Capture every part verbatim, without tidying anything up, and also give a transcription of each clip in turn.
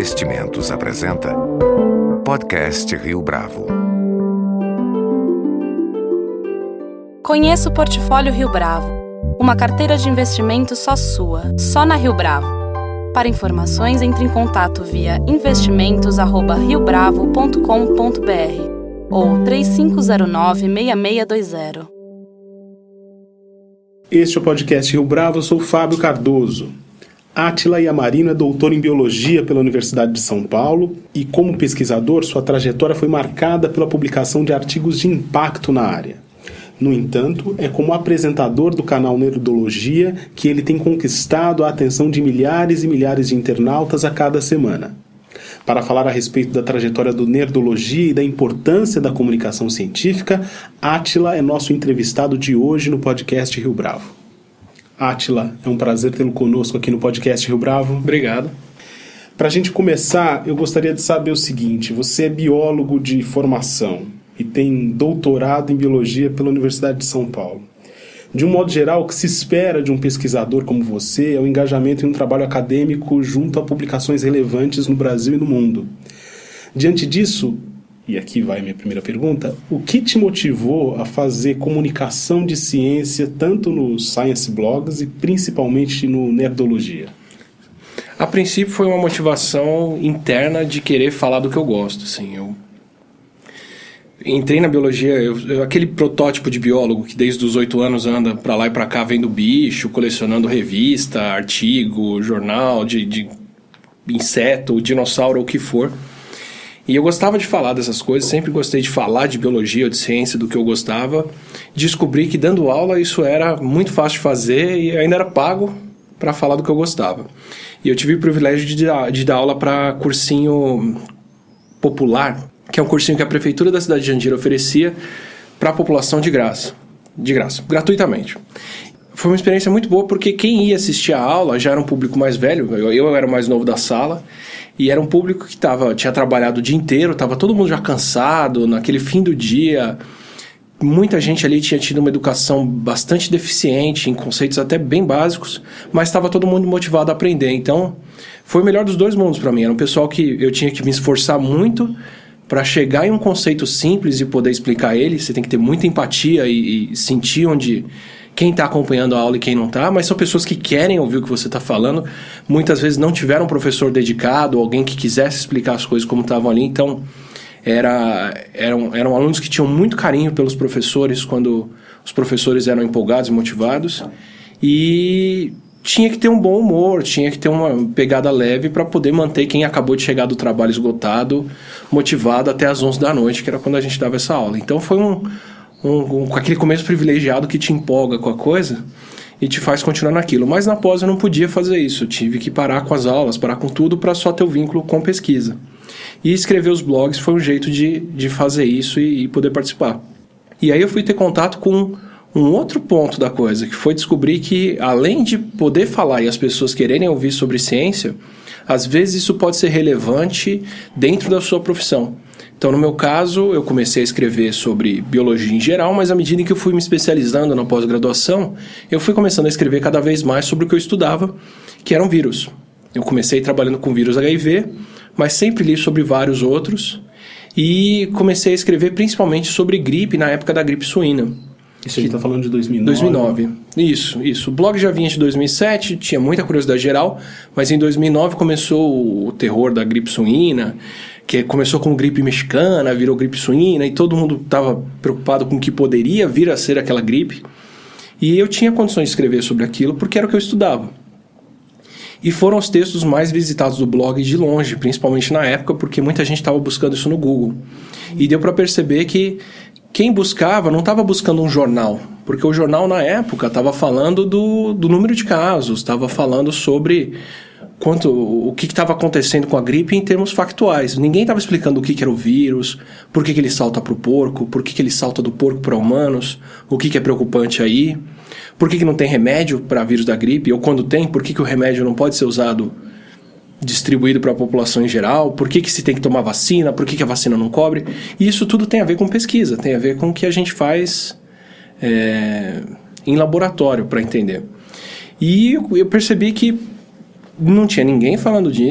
Investimentos apresenta Podcast Rio Bravo. Conheça o Portfólio Rio Bravo, uma carteira de investimentos só sua, só na Rio Bravo. Para informações, entre em contato via investimentos arroba rio bravo ponto com ponto b r ou três cinco zero nove, seis seis dois zero. Este é o Podcast Rio Bravo, eu sou Fábio Cardoso. Átila Yamarino é doutor em Biologia pela Universidade de São Paulo e, como pesquisador, sua trajetória foi marcada pela publicação de artigos de impacto na área. No entanto, é como apresentador do canal Nerdologia que ele tem conquistado a atenção de milhares e milhares de internautas a cada semana. Para falar a respeito da trajetória do Nerdologia e da importância da comunicação científica, Átila é nosso entrevistado de hoje no Podcast Rio Bravo. Átila, é um prazer tê-lo conosco aqui no Podcast Rio Bravo. Obrigado. Para a gente começar, eu gostaria de saber o seguinte: você é biólogo de formação e tem doutorado em Biologia pela Universidade de São Paulo. De um modo geral, o que se espera de um pesquisador como você é o engajamento em um trabalho acadêmico junto a publicações relevantes no Brasil e no mundo. Diante disso, e aqui vai a minha primeira pergunta, o que te motivou a fazer comunicação de ciência tanto nos Science Blogs e principalmente no Nerdologia? A princípio foi uma motivação interna de querer falar do que eu gosto. Assim, eu entrei na biologia, eu, eu, aquele protótipo de biólogo que desde os oito anos anda para lá e para cá vendo bicho, colecionando revista, artigo, jornal de, de inseto, dinossauro, o que for. E eu gostava de falar dessas coisas, sempre gostei de falar de biologia ou de ciência, do que eu gostava. Descobri que dando aula isso era muito fácil de fazer e ainda era pago para falar do que eu gostava. E eu tive o privilégio de dar, de dar aula para cursinho popular, que é um cursinho que a Prefeitura da cidade de Jandira oferecia para a população de graça, de graça, gratuitamente. Foi uma experiência muito boa porque quem ia assistir a aula já era um público mais velho, eu, eu era o mais novo da sala, e era um público que tava, tinha trabalhado o dia inteiro, estava todo mundo já cansado, naquele fim do dia. Muita gente ali tinha tido uma educação bastante deficiente, em conceitos até bem básicos, mas estava todo mundo motivado a aprender. Então, foi o melhor dos dois mundos para mim. Era um pessoal que eu tinha que me esforçar muito para chegar em um conceito simples e poder explicar ele. Você tem que ter muita empatia e, e sentir onde quem está acompanhando a aula e quem não está, mas são pessoas que querem ouvir o que você está falando. Muitas vezes não tiveram um professor dedicado, alguém que quisesse explicar as coisas como estavam ali. Então, era, eram, eram alunos que tinham muito carinho pelos professores quando os professores eram empolgados e motivados. E tinha que ter um bom humor, tinha que ter uma pegada leve para poder manter quem acabou de chegar do trabalho esgotado, motivado até as onze da noite, que era quando a gente dava essa aula. Então, foi um... Um, um, aquele começo privilegiado que te empolga com a coisa e te faz continuar naquilo. Mas na pós eu não podia fazer isso, eu tive que parar com as aulas, parar com tudo para só ter o vínculo com pesquisa. E escrever os blogs foi um jeito de, de fazer isso e, e poder participar. E aí eu fui ter contato com um outro ponto da coisa, que foi descobrir que além de poder falar e as pessoas quererem ouvir sobre ciência, às vezes isso pode ser relevante dentro da sua profissão. Então, no meu caso, eu comecei a escrever sobre biologia em geral, mas à medida que eu fui me especializando na pós-graduação, eu fui começando a escrever cada vez mais sobre o que eu estudava, que eram vírus. Eu comecei trabalhando com vírus H I V, mas sempre li sobre vários outros, e comecei a escrever principalmente sobre gripe na época da gripe suína. Isso a gente está falando de dois mil e nove? dois mil e nove, isso, isso. O blog já vinha de dois mil e sete, tinha muita curiosidade geral, mas em dois mil e nove começou o terror da gripe suína, que começou com gripe mexicana, virou gripe suína, e todo mundo estava preocupado com o que poderia vir a ser aquela gripe. E eu tinha condições de escrever sobre aquilo, porque era o que eu estudava. E foram os textos mais visitados do blog de longe, principalmente na época, porque muita gente estava buscando isso no Google. E deu para perceber que quem buscava não estava buscando um jornal, porque o jornal na época estava falando do, do número de casos, estava falando sobre quanto, o que estava acontecendo com a gripe em termos factuais. Ninguém estava explicando o que, que era o vírus, por que, que ele salta para o porco, por que, que ele salta do porco para humanos, o que, que é preocupante aí, por que, que não tem remédio para vírus da gripe, ou quando tem, por que, que o remédio não pode ser usado, distribuído para a população em geral, por que, que se tem que tomar vacina, por que, que a vacina não cobre. E isso tudo tem a ver com pesquisa, tem a ver com o que a gente faz é, em laboratório para entender. E eu percebi que não tinha ninguém falando disso,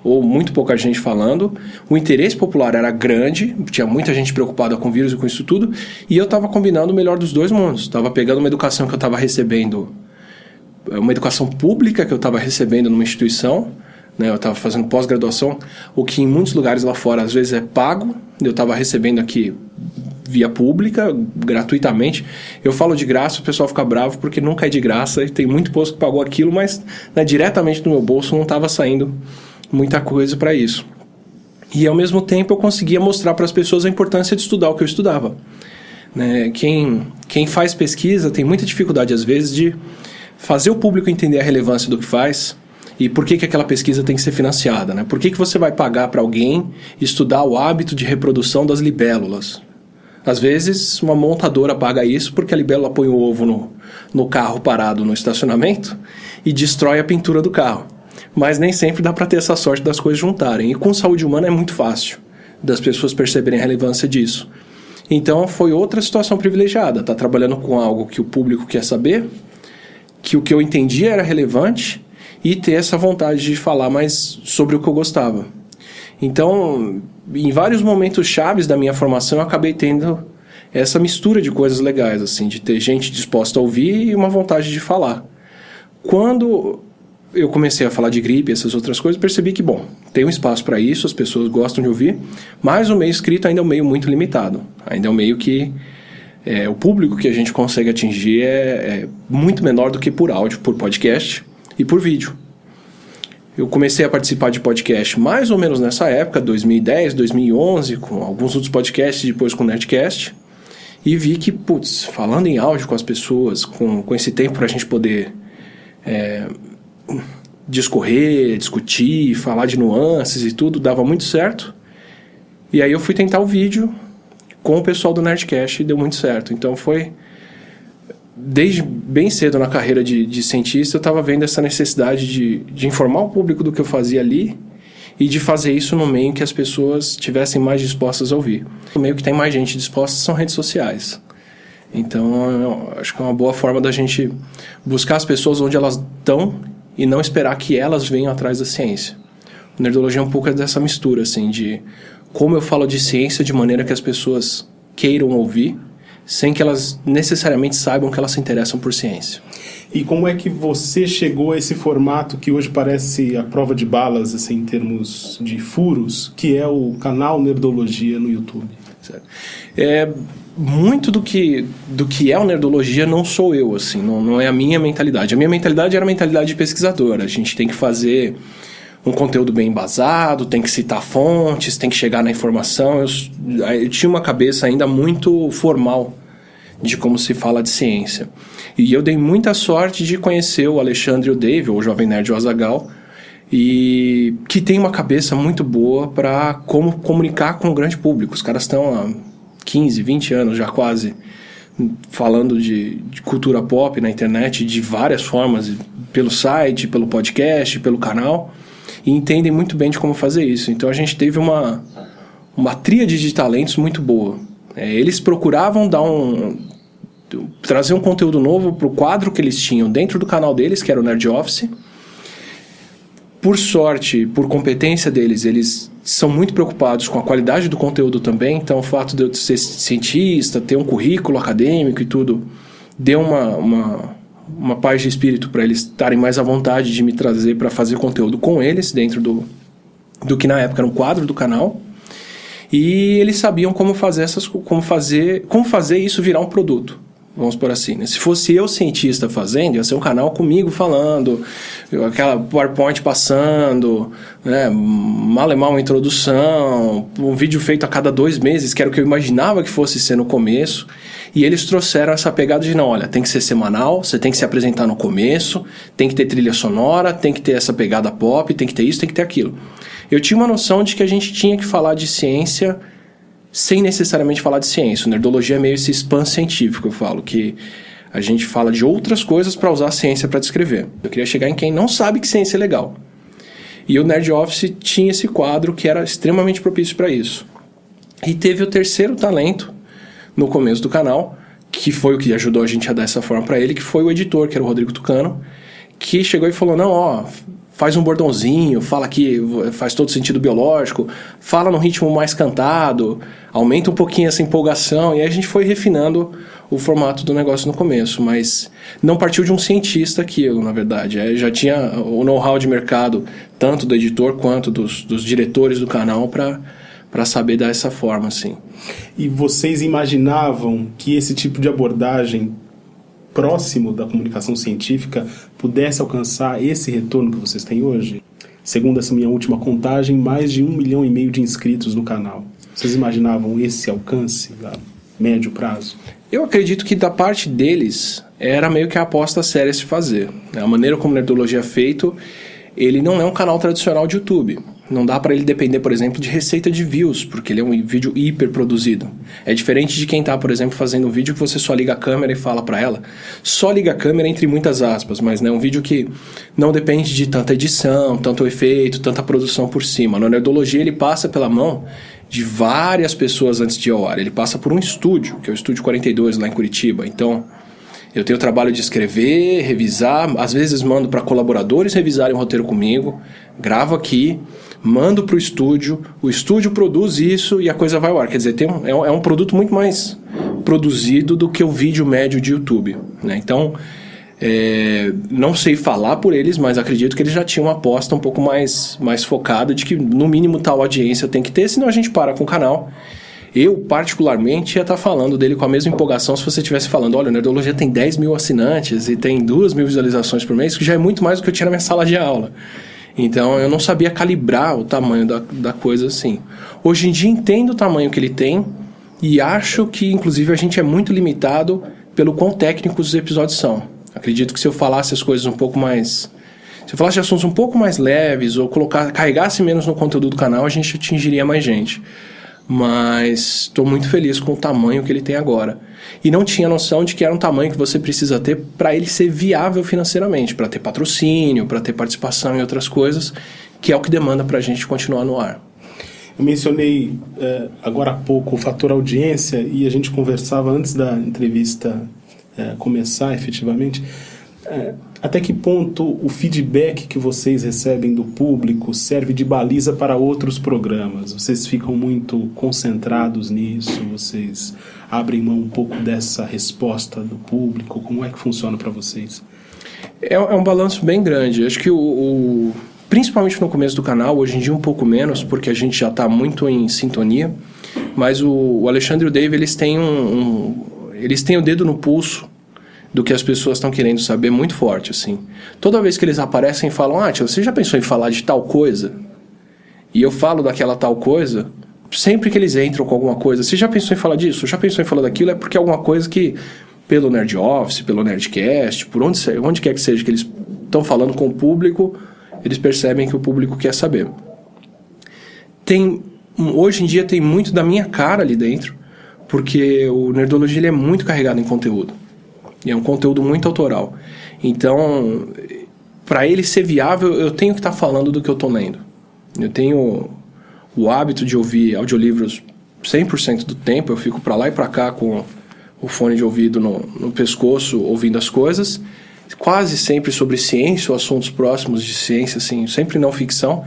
ou muito pouca gente falando, o interesse popular era grande, tinha muita gente preocupada com o vírus e com isso tudo, e eu estava combinando o melhor dos dois mundos. Estava pegando uma educação que eu estava recebendo, uma educação pública que eu estava recebendo numa instituição, né, eu estava fazendo pós-graduação, o que em muitos lugares lá fora às vezes é pago, eu estava recebendo aqui via pública, gratuitamente. Eu falo de graça, o pessoal fica bravo porque nunca é de graça, e tem muito posto que pagou aquilo, mas né, diretamente do meu bolso não estava saindo muita coisa para isso. E ao mesmo tempo eu conseguia mostrar para as pessoas a importância de estudar o que eu estudava. Né? Quem, quem faz pesquisa tem muita dificuldade às vezes de fazer o público entender a relevância do que faz e por que, que aquela pesquisa tem que ser financiada. Né? Por que, que você vai pagar para alguém estudar o hábito de reprodução das libélulas? Às vezes uma montadora paga isso porque a libélula põe o ovo no, no carro parado no estacionamento e destrói a pintura do carro. Mas nem sempre dá para ter essa sorte das coisas juntarem. E com saúde humana é muito fácil das pessoas perceberem a relevância disso. Então foi outra situação privilegiada. Tá trabalhando com algo que o público quer saber, que o que eu entendia era relevante e ter essa vontade de falar mais sobre o que eu gostava. Então, em vários momentos chaves da minha formação, eu acabei tendo essa mistura de coisas legais, assim, de ter gente disposta a ouvir e uma vontade de falar. Quando eu comecei a falar de gripe e essas outras coisas, percebi que, bom, tem um espaço para isso, as pessoas gostam de ouvir, mas o meio escrito ainda é um meio muito limitado. Ainda é um meio que é, o público que a gente consegue atingir é, é muito menor do que por áudio, por podcast e por vídeo. Eu comecei a participar de podcast mais ou menos nessa época, dois mil e dez, dois mil e onze, com alguns outros podcasts, depois com o Nerdcast, e vi que, putz, falando em áudio com as pessoas, com, com esse tempo para a gente poder é, discorrer, discutir, falar de nuances e tudo, dava muito certo. E aí eu fui tentar o vídeo com o pessoal do Nerdcast e deu muito certo. Então foi... Desde bem cedo na carreira de, de cientista, eu estava vendo essa necessidade de, de informar o público do que eu fazia ali e de fazer isso no meio que as pessoas estivessem mais dispostas a ouvir. O meio que tem mais gente disposta são redes sociais. Então, eu acho que é uma boa forma da gente buscar as pessoas onde elas estão e não esperar que elas venham atrás da ciência. A Nerdologia é um pouco dessa mistura, assim, de como eu falo de ciência de maneira que as pessoas queiram ouvir, sem que elas necessariamente saibam que elas se interessam por ciência. E como é que você chegou a esse formato que hoje parece a prova de balas, assim, em termos de furos, que é o canal Nerdologia no YouTube? Certo. É, muito do que, do que é o Nerdologia não sou eu, assim, não, não é a minha mentalidade. A minha mentalidade era a mentalidade de pesquisador. A gente tem que fazer um conteúdo bem embasado, tem que citar fontes, tem que chegar na informação. Eu, eu tinha uma cabeça ainda muito formal de como se fala de ciência. E eu dei muita sorte de conhecer o Alexandre e o Dave, ou o Jovem Nerd e o Azaghal, e que tem uma cabeça muito boa para como comunicar com o grande público. Os caras estão há quinze, vinte anos já quase falando de, de cultura pop na internet de várias formas, pelo site, pelo podcast, pelo canal, e entendem muito bem de como fazer isso. Então a gente teve uma, uma tríade de talentos muito boa. É, eles procuravam dar um, trazer um conteúdo novo para o quadro que eles tinham dentro do canal deles, que era o Nerd Office. Por sorte, por competência deles, eles são muito preocupados com a qualidade do conteúdo também. Então o fato de eu ser cientista, ter um currículo acadêmico e tudo, deu uma, uma, uma paz de espírito para eles estarem mais à vontade de me trazer para fazer conteúdo com eles, dentro do, do que na época era um quadro do canal. E eles sabiam como fazer, essas, como fazer, como fazer isso virar um produto. Vamos por assim, né? Se fosse eu cientista fazendo, ia ser um canal comigo falando, aquela PowerPoint passando, né? Mal e mal uma introdução, um vídeo feito a cada dois meses, que era o que eu imaginava que fosse ser no começo. E eles trouxeram essa pegada de, não, olha, tem que ser semanal, você tem que se apresentar no começo, tem que ter trilha sonora, tem que ter essa pegada pop, tem que ter isso, tem que ter aquilo. Eu tinha uma noção de que a gente tinha que falar de ciência sem necessariamente falar de ciência. O Nerdologia é meio esse spam científico, eu falo, que a gente fala de outras coisas para usar a ciência para descrever. Eu queria chegar em quem não sabe que ciência é legal. E o Nerd Office tinha esse quadro que era extremamente propício para isso. E teve o terceiro talento no começo do canal, que foi o que ajudou a gente a dar essa forma para ele, que foi o editor, que era o Rodrigo Tucano, que chegou e falou, não, ó, faz um bordãozinho, fala que faz todo sentido biológico, fala num ritmo mais cantado, aumenta um pouquinho essa empolgação, e aí a gente foi refinando o formato do negócio no começo, mas não partiu de um cientista aquilo, na verdade. É, já tinha o know-how de mercado, tanto do editor quanto dos, dos diretores do canal, para saber dar essa forma, assim. E vocês imaginavam que esse tipo de abordagem próximo da comunicação científica pudesse alcançar esse retorno que vocês têm hoje? Segundo essa minha última contagem, mais de um milhão e meio de inscritos no canal. Vocês imaginavam esse alcance a médio prazo? Eu acredito que da parte deles era meio que a aposta séria a se fazer. A maneira como a Nerdologia é feito, ele não é um canal tradicional de YouTube. Não dá para ele depender, por exemplo, de receita de views, porque ele é um vídeo hiper produzido. É diferente de quem está, por exemplo, fazendo um vídeo que você só liga a câmera e fala para ela. Só liga a câmera entre muitas aspas, mas é né, um vídeo que não depende de tanta edição, tanto efeito, tanta produção por cima. Na Nerdologia ele passa pela mão de várias pessoas antes de ir ao ar. Ele passa por um estúdio, que é o Estúdio quarenta e dois lá em Curitiba. Então, eu tenho o trabalho de escrever, revisar, às vezes mando para colaboradores revisarem o roteiro comigo, gravo aqui, mando para o estúdio, o estúdio produz isso e a coisa vai ao ar. Quer dizer, tem um, é, um, é um produto muito mais produzido do que o vídeo médio de YouTube, né? Então, é, não sei falar por eles, mas acredito que eles já tinham uma aposta um pouco mais, mais focada de que no mínimo tal audiência tem que ter, senão a gente para com o canal. Eu, particularmente, ia estar falando dele com a mesma empolgação se você estivesse falando, olha, a Nerdologia tem dez mil assinantes e tem duas mil visualizações por mês, que já é muito mais do que eu tinha na minha sala de aula. Então, eu não sabia calibrar o tamanho da, da coisa assim. Hoje em dia, entendo o tamanho que ele tem e acho que, inclusive, a gente é muito limitado pelo quão técnicos os episódios são. Acredito que se eu falasse as coisas um pouco mais... Se eu falasse de assuntos um pouco mais leves ou colocar, carregasse menos no conteúdo do canal, a gente atingiria mais gente. Mas estou muito feliz com o tamanho que ele tem agora. E não tinha noção de que era um tamanho que você precisa ter para ele ser viável financeiramente, para ter patrocínio, para ter participação em outras coisas, que é o que demanda para a gente continuar no ar. Eu mencionei eh, agora há pouco o fator audiência e a gente conversava antes da entrevista eh, começar efetivamente. Eh, até que ponto o feedback que vocês recebem do público serve de baliza para outros programas? Vocês ficam muito concentrados nisso? Vocês abrem mão um pouco dessa resposta do público? Como é que funciona para vocês? É, é um balanço bem grande. Acho que o, o, principalmente no começo do canal, hoje em dia um pouco menos, porque a gente já está muito em sintonia, mas o, o Alexandre e o Dave, eles têm, um, um, eles têm o dedo no pulso do que as pessoas estão querendo saber muito forte, assim. Toda vez que eles aparecem e falam, ah, tia, você já pensou em falar de tal coisa? E eu falo daquela tal coisa, sempre que eles entram com alguma coisa, você já pensou em falar disso? Já pensou em falar daquilo? É porque é alguma coisa que, pelo Nerd Office, pelo Nerdcast, por onde, onde quer que seja que eles estão falando com o público, eles percebem que o público quer saber. Tem, hoje em dia tem muito da minha cara ali dentro, porque o Nerdologia ele é muito carregado em conteúdo. E é um conteúdo muito autoral. Então, para ele ser viável, eu tenho que estar tá falando do que eu estou lendo. Eu tenho o hábito de ouvir audiolivros cem por cento do tempo. Eu fico para lá e para cá com o fone de ouvido no, no pescoço, ouvindo as coisas. Quase sempre sobre ciência ou assuntos próximos de ciência, assim, sempre não ficção.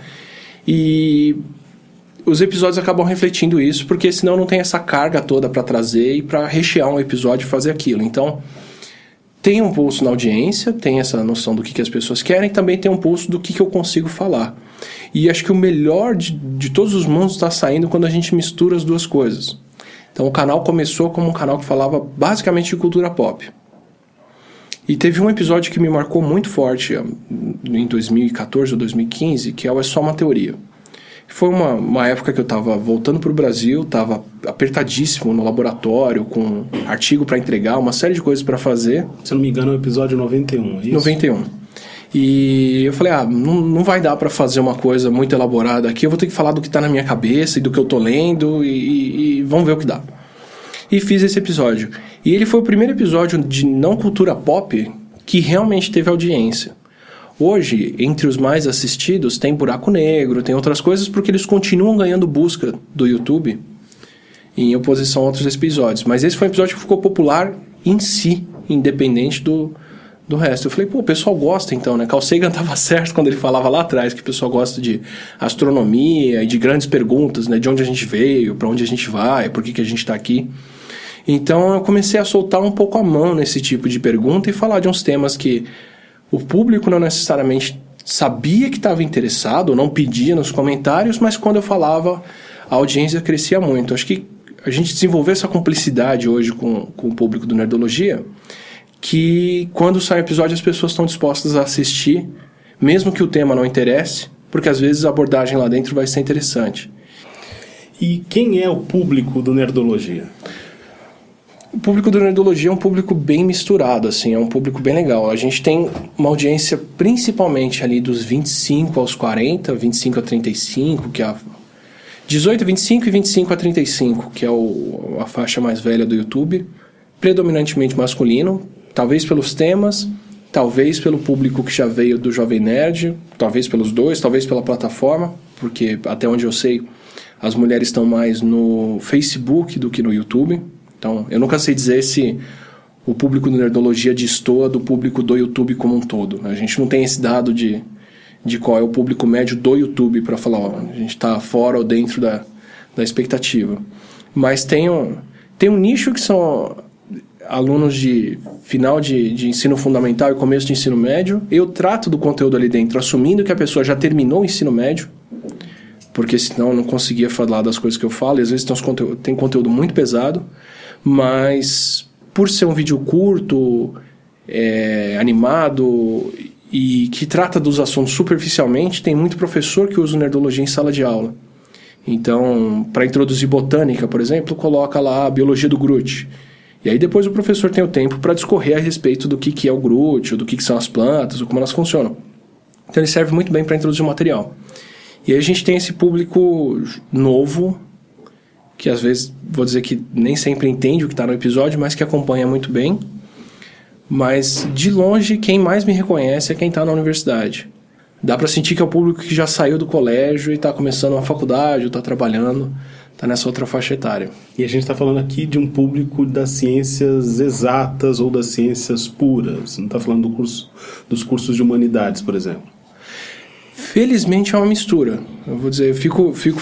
E os episódios acabam refletindo isso, porque senão não tem essa carga toda para trazer e para rechear um episódio e fazer aquilo. Então, tem um pulso na audiência, tem essa noção do que, que as pessoas querem, e também tem um pulso do que, que eu consigo falar. E acho que o melhor de, de todos os mundos está saindo quando a gente mistura as duas coisas. Então o canal começou como um canal que falava basicamente de cultura pop. E teve um episódio que me marcou muito forte em dois mil e catorze ou dois mil e quinze, que é o É Só Uma Teoria. Foi uma, uma época que eu estava voltando para o Brasil, estava apertadíssimo no laboratório, com artigo para entregar, uma série de coisas para fazer. Se eu não me engano, é o episódio noventa e um, é isso? noventa e um. E eu falei, ah, não, não vai dar para fazer uma coisa muito elaborada aqui, eu vou ter que falar do que está na minha cabeça e do que eu tô lendo e, e, e vamos ver o que dá. E fiz esse episódio. E ele foi o primeiro episódio de não cultura pop que realmente teve audiência. Hoje, entre os mais assistidos, tem Buraco Negro, tem outras coisas, porque eles continuam ganhando busca do YouTube em oposição a outros episódios. Mas esse foi um episódio que ficou popular em si, independente do, do resto. Eu falei, pô, o pessoal gosta então, né? Carl Sagan estava certo quando ele falava lá atrás que o pessoal gosta de astronomia e de grandes perguntas, né? De onde a gente veio, para onde a gente vai, por que, que a gente está aqui. Então eu comecei a soltar um pouco a mão nesse tipo de pergunta e falar de uns temas que o público não necessariamente sabia que estava interessado, ou não pedia nos comentários, mas quando eu falava, a audiência crescia muito. Acho que a gente desenvolveu essa cumplicidade hoje com, com o público do Nerdologia, que quando sai o episódio as pessoas estão dispostas a assistir, mesmo que o tema não interesse, porque às vezes a abordagem lá dentro vai ser interessante. E quem é o público do Nerdologia? O público do Nerdologia é um público bem misturado, assim, é um público bem legal. A gente tem uma audiência principalmente ali dos vinte e cinco aos quarenta, vinte e cinco a trinta e cinco, que é a dezoito a vinte e cinco e vinte e cinco a trinta e cinco, que é o, a faixa mais velha do YouTube, predominantemente masculino, talvez pelos temas, talvez pelo público que já veio do Jovem Nerd, talvez pelos dois, talvez pela plataforma, porque até onde eu sei, as mulheres estão mais no Facebook do que no YouTube. Então, eu nunca sei dizer se o público do Nerdologia destoa do público do YouTube como um todo. A gente não tem esse dado de, de qual é o público médio do YouTube para falar, ó, a gente está fora ou dentro da, da expectativa. Mas tem um, tem um nicho que são alunos de final de, de ensino fundamental e começo de ensino médio. Eu trato do conteúdo ali dentro, assumindo que a pessoa já terminou o ensino médio, porque senão eu não conseguia falar das coisas que eu falo, e às vezes tem, uns conteúdo, tem conteúdo muito pesado, mas por ser um vídeo curto, é, animado e que trata dos assuntos superficialmente, tem muito professor que usa o Nerdologia em sala de aula. Então, para introduzir botânica, por exemplo, coloca lá a biologia do Groot. E aí depois o professor tem o tempo para discorrer a respeito do que, que é o Groot, ou do que, que são as plantas, ou como elas funcionam. Então ele serve muito bem para introduzir o material. E aí a gente tem esse público novo, que às vezes, vou dizer que nem sempre entende o que está no episódio, mas que acompanha muito bem. Mas, de longe, quem mais me reconhece é quem está na universidade. Dá para sentir que é o público que já saiu do colégio e está começando uma faculdade, ou está trabalhando, está nessa outra faixa etária. E a gente está falando aqui de um público das ciências exatas ou das ciências puras. Não está falando do curso, dos cursos de humanidades, por exemplo. Felizmente é uma mistura. Eu vou dizer, eu fico, fico,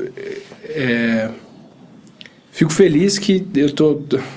é, fico feliz que eu tô,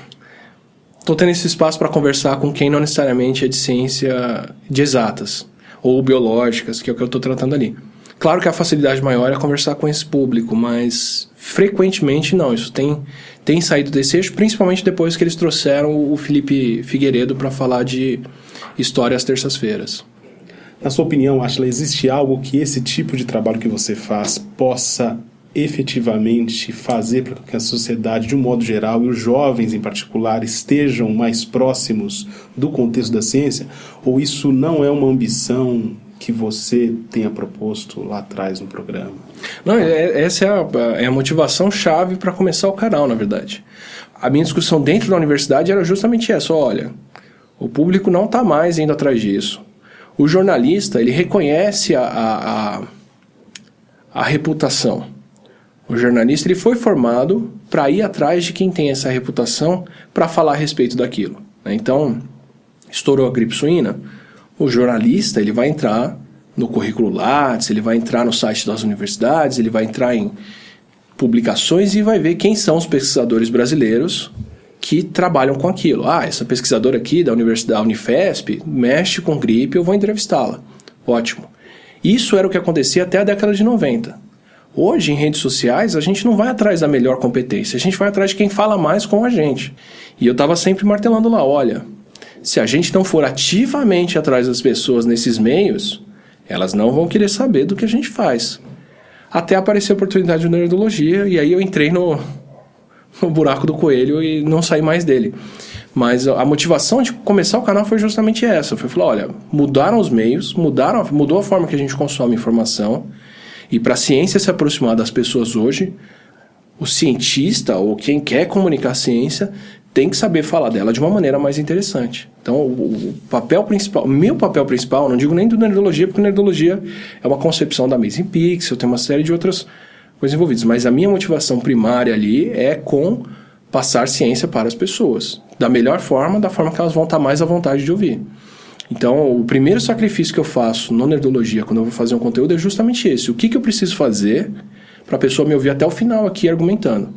tô tendo esse espaço para conversar com quem não necessariamente é de ciência de exatas ou biológicas, que é o que eu estou tratando ali. Claro que a facilidade maior é conversar com esse público, mas frequentemente não. Isso tem, tem saído desse eixo, principalmente depois que eles trouxeram o Felipe Figueiredo para falar de história às terças-feiras. Na sua opinião, Átila, existe algo que esse tipo de trabalho que você faz possa efetivamente fazer para que a sociedade, de um modo geral, e os jovens em particular, estejam mais próximos do contexto da ciência? Ou isso não é uma ambição que você tenha proposto lá atrás no programa? Não, é, essa é a, é a motivação chave para começar o canal, na verdade. A minha discussão dentro da universidade era justamente essa. Olha, o público não está mais indo atrás disso. O jornalista, ele reconhece a, a, a, a reputação. O jornalista, ele foi formado para ir atrás de quem tem essa reputação para falar a respeito daquilo. Então, estourou a gripe suína, o jornalista, ele vai entrar no currículo Lattes, ele vai entrar no site das universidades, ele vai entrar em publicações e vai ver quem são os pesquisadores brasileiros que trabalham com aquilo. Ah, essa pesquisadora aqui da Universidade da Unifesp mexe com gripe, eu vou entrevistá-la. Ótimo. Isso era o que acontecia até a década de noventa. Hoje, em redes sociais, a gente não vai atrás da melhor competência, a gente vai atrás de quem fala mais com a gente. E eu estava sempre martelando lá, olha, se a gente não for ativamente atrás das pessoas nesses meios, elas não vão querer saber do que a gente faz. Até aparecer a oportunidade de Nerdologia, e aí eu entrei no... o buraco do coelho e não sair mais dele. Mas a motivação de começar o canal foi justamente essa. Foi falar, olha, mudaram os meios, mudaram, mudou a forma que a gente consome informação, e para a ciência se aproximar das pessoas hoje, o cientista ou quem quer comunicar a ciência tem que saber falar dela de uma maneira mais interessante. Então, o, o papel principal, o meu papel principal, não digo nem do Nerdologia, porque Nerdologia é uma concepção da Amazing Pixel, tem uma série de outras coisas envolvidas, mas a minha motivação primária ali é com passar ciência para as pessoas, da melhor forma, da forma que elas vão estar mais à vontade de ouvir. Então, o primeiro sacrifício que eu faço no Nerdologia, quando eu vou fazer um conteúdo, é justamente esse. O que, que eu preciso fazer para a pessoa me ouvir até o final aqui argumentando?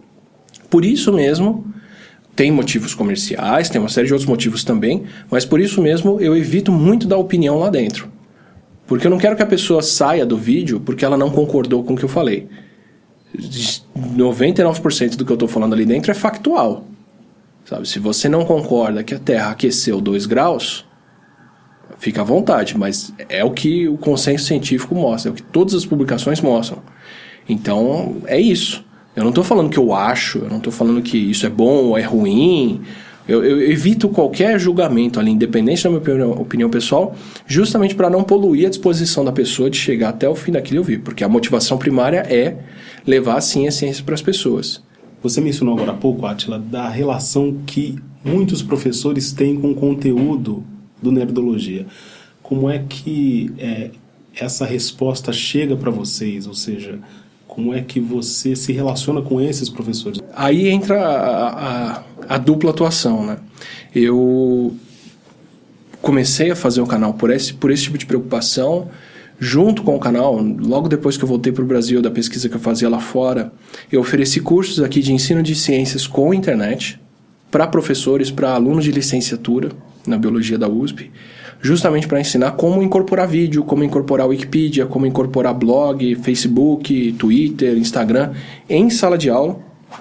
Por isso mesmo, tem motivos comerciais, tem uma série de outros motivos também, mas por isso mesmo eu evito muito dar opinião lá dentro. Porque eu não quero que a pessoa saia do vídeo porque ela não concordou com o que eu falei. noventa e nove por cento do que eu estou falando ali dentro é factual. Sabe? Se você não concorda que a Terra aqueceu dois graus, fica à vontade, mas é o que o consenso científico mostra, é o que todas as publicações mostram. Então, é isso. Eu não estou falando que eu acho, eu não estou falando que isso é bom ou é ruim. Eu, eu evito qualquer julgamento ali, independente da minha opinião, opinião pessoal, justamente para não poluir a disposição da pessoa de chegar até o fim daquilo e ouvir. Porque a motivação primária é levar, sim, a ciência para as pessoas. Você mencionou agora há pouco, Átila, da relação que muitos professores têm com o conteúdo do Nerdologia. Como é que é, essa resposta chega para vocês? Ou seja, como é que você se relaciona com esses professores? Aí entra a, a, a dupla atuação, né? Eu comecei a fazer o canal por esse, por esse tipo de preocupação. Junto com o canal, logo depois que eu voltei para o Brasil, da pesquisa que eu fazia lá fora, eu ofereci cursos aqui de ensino de ciências com internet para professores, para alunos de licenciatura na biologia da U S P, justamente para ensinar como incorporar vídeo, como incorporar Wikipedia, como incorporar blog, Facebook, Twitter, Instagram em sala de aula,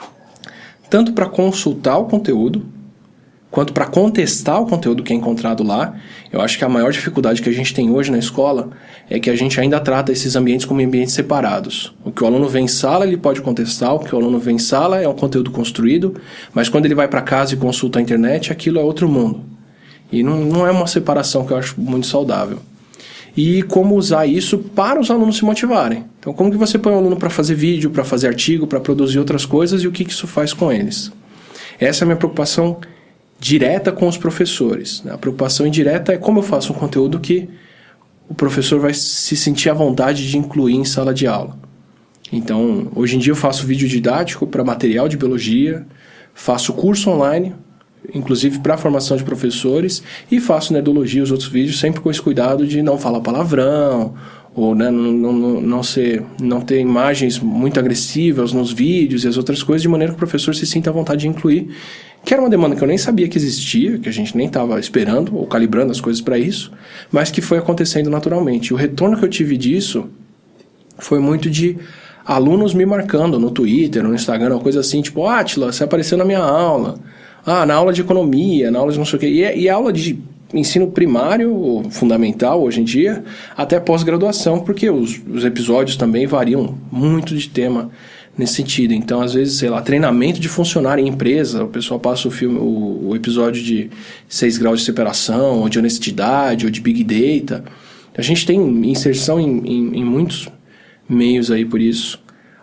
tanto para consultar o conteúdo, quanto para contestar o conteúdo que é encontrado lá. Eu acho que a maior dificuldade que a gente tem hoje na escola é que a gente ainda trata esses ambientes como ambientes separados. O que o aluno vê em sala, ele pode contestar, o que o aluno vê em sala é um conteúdo construído, mas quando ele vai para casa e consulta a internet, aquilo é outro mundo. E não, não é uma separação que eu acho muito saudável. E como usar isso para os alunos se motivarem. Então, como que você põe o aluno para fazer vídeo, para fazer artigo, para produzir outras coisas e o que, que isso faz com eles? Essa é a minha preocupação direta com os professores. A preocupação indireta é como eu faço um conteúdo que o professor vai se sentir à vontade de incluir em sala de aula. Então, hoje em dia eu faço vídeo didático para material de biologia, faço curso online, inclusive para a formação de professores, e faço Nerdologia, os outros vídeos, sempre com esse cuidado de não falar palavrão, ou né, não, não, não, ser, não ter imagens muito agressivas nos vídeos e as outras coisas, de maneira que o professor se sinta à vontade de incluir, que era uma demanda que eu nem sabia que existia, que a gente nem estava esperando ou calibrando as coisas para isso, mas que foi acontecendo naturalmente. E o retorno que eu tive disso foi muito de alunos me marcando no Twitter, no Instagram, uma coisa assim, tipo, Átila, você apareceu na minha aula, ah, na aula de economia, na aula de não sei o quê, e, e aula de ensino primário, fundamental hoje em dia, até pós-graduação, porque os, os episódios também variam muito de tema nesse sentido. Então, às vezes, sei lá, treinamento de funcionário em empresa, o pessoal passa o filme, o, o episódio de seis graus de separação, ou de honestidade, ou de Big Data. A gente tem inserção em, em, em muitos meios aí por isso.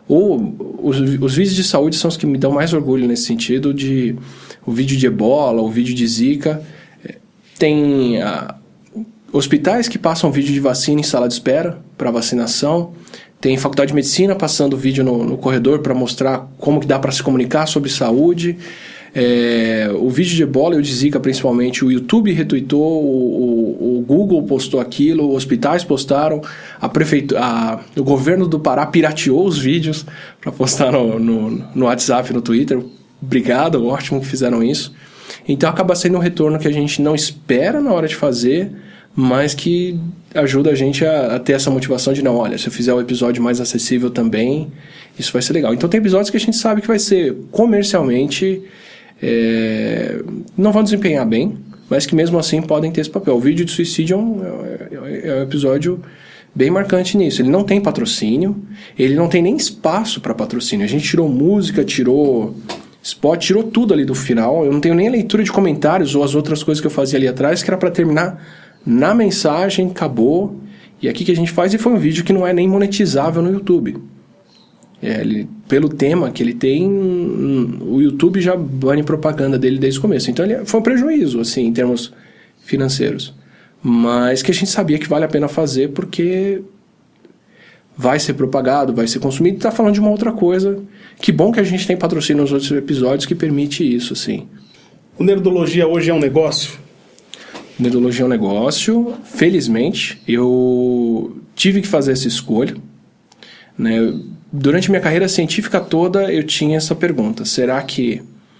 Ou os, os vídeos de saúde são os que me dão mais orgulho nesse sentido, de o vídeo de Ebola, o vídeo de Zika. Tem ah, hospitais que passam vídeo de vacina em sala de espera para vacinação. Tem faculdade de medicina passando vídeo no, no corredor para mostrar como que dá para se comunicar sobre saúde. É, o vídeo de Ebola e o de Zika, principalmente, o YouTube retweetou, o, o, o Google postou aquilo, hospitais postaram, a prefeitura, a, o governo do Pará pirateou os vídeos para postar no, no, no WhatsApp, no Twitter. Obrigado, ótimo que fizeram isso. Então acaba sendo um retorno que a gente não espera na hora de fazer, mas que ajuda a gente a, a ter essa motivação de não, olha, se eu fizer o episódio mais acessível também, isso vai ser legal. Então tem episódios que a gente sabe que vai ser comercialmente, é, não vão desempenhar bem, mas que mesmo assim podem ter esse papel. O vídeo de suicídio é um, é, é um episódio bem marcante nisso. Ele não tem patrocínio, ele não tem nem espaço para patrocínio. A gente tirou música, tirou spot, tirou tudo ali do final. Eu não tenho nem a leitura de comentários ou as outras coisas que eu fazia ali atrás, que era para terminar na mensagem, acabou. E aqui que a gente faz, e foi um vídeo que não é nem monetizável no YouTube. É, ele, pelo tema que ele tem, o YouTube já bane propaganda dele desde o começo. Então ele foi um prejuízo, assim, em termos financeiros. Mas que a gente sabia que vale a pena fazer porque vai ser propagado, vai ser consumido, e tá falando de uma outra coisa. Que bom que a gente tem patrocínio nos outros episódios que permite isso, assim. O Nerdologia hoje é um negócio? Nerdologia é um negócio. Felizmente, eu tive que fazer essa escolha, né? Durante minha carreira científica toda, eu tinha essa pergunta. Será que...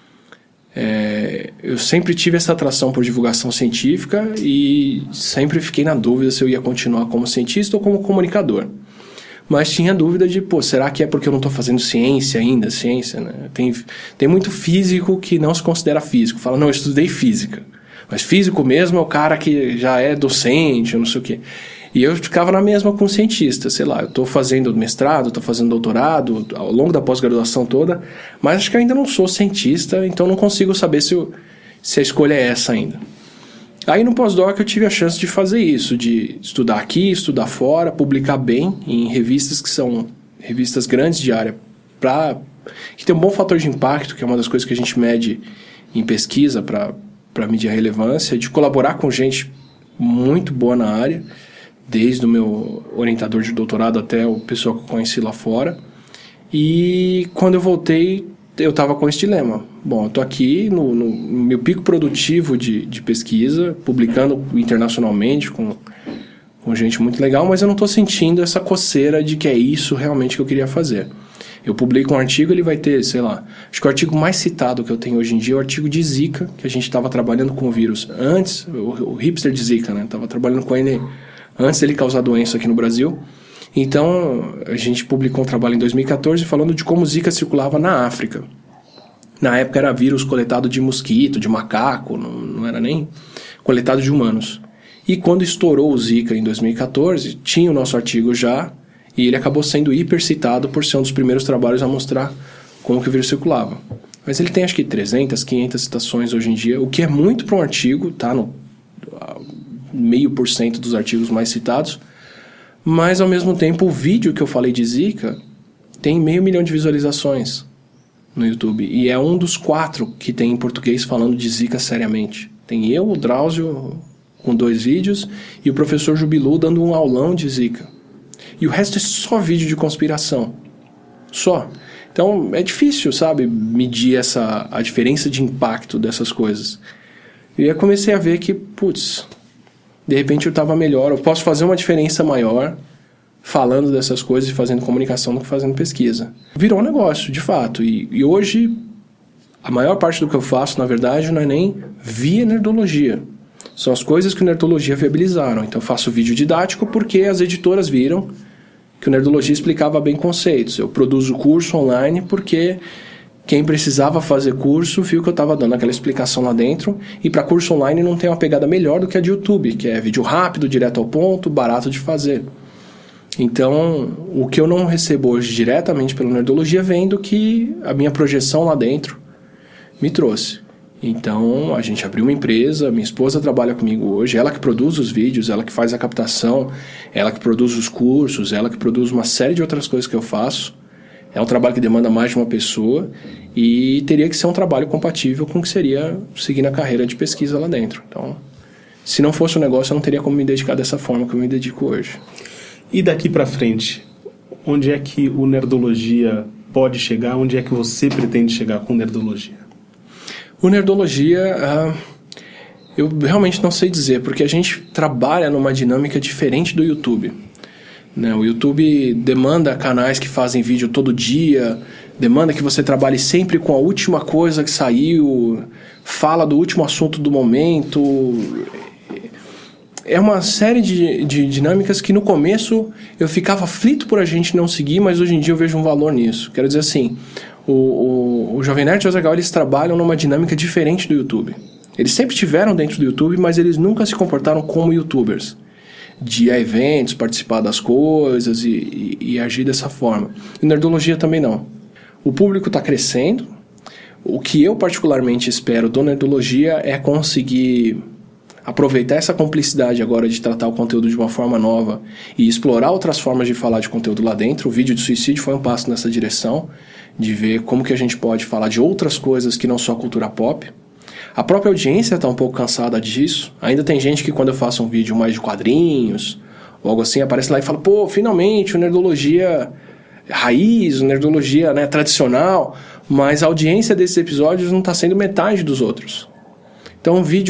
É, eu sempre tive essa atração por divulgação científica e sempre fiquei na dúvida se eu ia continuar como cientista ou como comunicador. Mas tinha dúvida de, pô, será que é porque eu não estou fazendo ciência ainda? Ciência, né? Tem, tem muito físico que não se considera físico. Fala, não, eu estudei física. Mas físico mesmo é o cara que já é docente, não sei o quê. E eu ficava na mesma com cientista, sei lá, eu estou fazendo mestrado, estou fazendo doutorado, ao longo da pós-graduação toda, mas acho que eu ainda não sou cientista, então não consigo saber se, eu, se a escolha é essa ainda. Aí no pós-doc eu tive a chance de fazer isso, de estudar aqui, estudar fora, publicar bem em revistas que são revistas grandes de área, pra, que tem um bom fator de impacto, que é uma das coisas que a gente mede em pesquisa para medir a relevância, de colaborar com gente muito boa na área, desde o meu orientador de doutorado até o pessoal que eu conheci lá fora. E quando eu voltei, eu estava com esse dilema. Bom, eu estou aqui no, no meu pico produtivo de, de pesquisa, publicando internacionalmente com, com gente muito legal, mas eu não estou sentindo essa coceira de que é isso realmente que eu queria fazer. Eu publico um artigo, ele vai ter, sei lá, acho que o artigo mais citado que eu tenho hoje em dia é o artigo de Zika, que a gente estava trabalhando com o vírus antes, o, o hipster de Zika, né? Estava trabalhando com ele antes dele causar doença aqui no Brasil. Então, a gente publicou um trabalho em dois mil e catorze falando de como Zika circulava na África. Na época era vírus coletado de mosquito, de macaco, não, não era nem coletado de humanos. E quando estourou o Zika em dois mil e catorze, tinha o nosso artigo já, e ele acabou sendo hipercitado por ser um dos primeiros trabalhos a mostrar como que o vírus circulava. Mas ele tem acho que trezentas, quinhentas citações hoje em dia, o que é muito para um artigo, tá no meio por cento dos artigos mais citados, mas ao mesmo tempo o vídeo que eu falei de Zika tem meio milhão de visualizações no YouTube, e é um dos quatro que tem em português falando de Zika seriamente. Tem eu, o Drauzio, com dois vídeos, e o professor Jubilu dando um aulão de Zika. E o resto é só vídeo de conspiração. Só. Então é difícil, sabe, medir essa, a diferença de impacto dessas coisas. E aí eu comecei a ver que, putz, de repente eu estava melhor, eu posso fazer uma diferença maior falando dessas coisas e fazendo comunicação do que fazendo pesquisa. Virou um negócio, de fato. E, e hoje, a maior parte do que eu faço, na verdade, não é nem via nerdologia. São as coisas que o Nerdologia viabilizaram. Então eu faço vídeo didático porque as editoras viram que o Nerdologia explicava bem conceitos. Eu produzo curso online porque quem precisava fazer curso viu que eu estava dando aquela explicação lá dentro. E para curso online não tem uma pegada melhor do que a de YouTube, que é vídeo rápido, direto ao ponto, barato de fazer. Então, o que eu não recebo hoje diretamente pelo Nerdologia vem do que a minha projeção lá dentro me trouxe. Então, a gente abriu uma empresa, minha esposa trabalha comigo hoje, ela que produz os vídeos, ela que faz a captação, ela que produz os cursos, ela que produz uma série de outras coisas que eu faço. É um trabalho que demanda mais de uma pessoa e teria que ser um trabalho compatível com o que seria seguir na carreira de pesquisa lá dentro. Então, se não fosse um negócio, eu não teria como me dedicar dessa forma que eu me dedico hoje. E daqui para frente, onde é que o Nerdologia pode chegar? Onde é que você pretende chegar com Nerdologia? O Nerdologia, uh, eu realmente não sei dizer, porque a gente trabalha numa dinâmica diferente do YouTube. Né? O YouTube demanda canais que fazem vídeo todo dia, demanda que você trabalhe sempre com a última coisa que saiu, fala do último assunto do momento. É uma série de, de dinâmicas que no começo eu ficava aflito por a gente não seguir, mas hoje em dia eu vejo um valor nisso. Quero dizer assim, o, o, o Jovem Nerd e o Azaghal, eles trabalham numa dinâmica diferente do YouTube. Eles sempre estiveram dentro do YouTube, mas eles nunca se comportaram como youtubers. De ir a eventos, participar das coisas e, e, e agir dessa forma. E Nerdologia também não. O público está crescendo. O que eu particularmente espero do Nerdologia é conseguir aproveitar essa cumplicidade agora de tratar o conteúdo de uma forma nova e explorar outras formas de falar de conteúdo lá dentro. O vídeo de suicídio foi um passo nessa direção, de ver como que a gente pode falar de outras coisas que não só cultura pop. A própria audiência está um pouco cansada disso. Ainda tem gente que quando eu faço um vídeo mais de quadrinhos ou algo assim, aparece lá e fala, pô, finalmente o Nerdologia raiz, o Nerdologia, né, tradicional, mas a audiência desses episódios não está sendo metade dos outros. Então um vídeo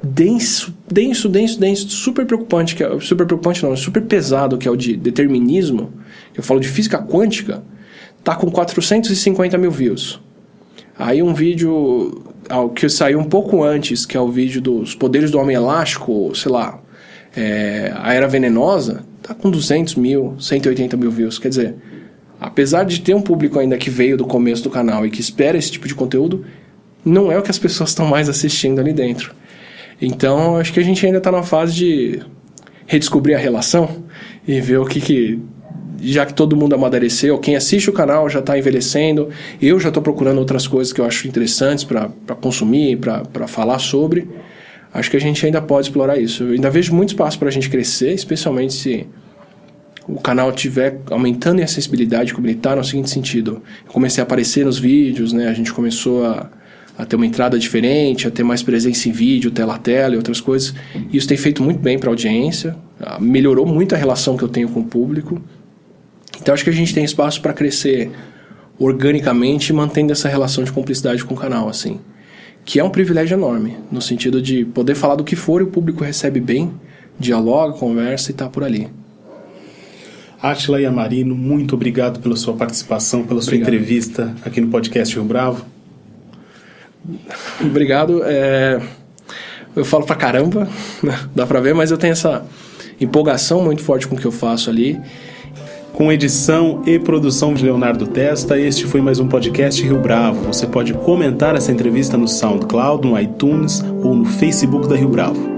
denso, denso, denso, denso, super preocupante, que é, super preocupante não, super pesado, que é o de determinismo, eu falo de física quântica, tá com quatrocentos e cinquenta mil views. Aí um vídeo que saiu um pouco antes, que é o vídeo dos poderes do homem elástico, sei lá, é, a era venenosa, tá com duzentos mil, cento e oitenta mil views. Quer dizer, apesar de ter um público ainda que veio do começo do canal e que espera esse tipo de conteúdo, não é o que as pessoas estão mais assistindo ali dentro. Então, acho que a gente ainda está na fase de redescobrir a relação e ver o que que... Já que todo mundo amadureceu, quem assiste o canal já está envelhecendo, eu já estou procurando outras coisas que eu acho interessantes para consumir, para falar sobre. Acho que a gente ainda pode explorar isso. Eu ainda vejo muito espaço para a gente crescer, especialmente se o canal estiver aumentando em acessibilidade comunitária no seguinte sentido. Eu comecei a aparecer nos vídeos, né? A gente começou a, a ter uma entrada diferente, a ter mais presença em vídeo, tela a tela e outras coisas. E isso tem feito muito bem para a audiência, melhorou muito a relação que eu tenho com o público. Então acho que a gente tem espaço para crescer organicamente, mantendo essa relação de cumplicidade com o canal, assim, que é um privilégio enorme, no sentido de poder falar do que for e o público recebe bem, dialoga, conversa e está por ali. Átila Yamarino, muito obrigado pela sua participação, pela sua obrigado. entrevista aqui no podcast Rio Bravo. Obrigado. É... Eu falo pra caramba, né? Dá pra ver, mas eu tenho essa empolgação muito forte com o que eu faço ali. Com edição e produção de Leonardo Testa, este foi mais um podcast Rio Bravo. Você pode comentar essa entrevista no SoundCloud, no iTunes ou no Facebook da Rio Bravo.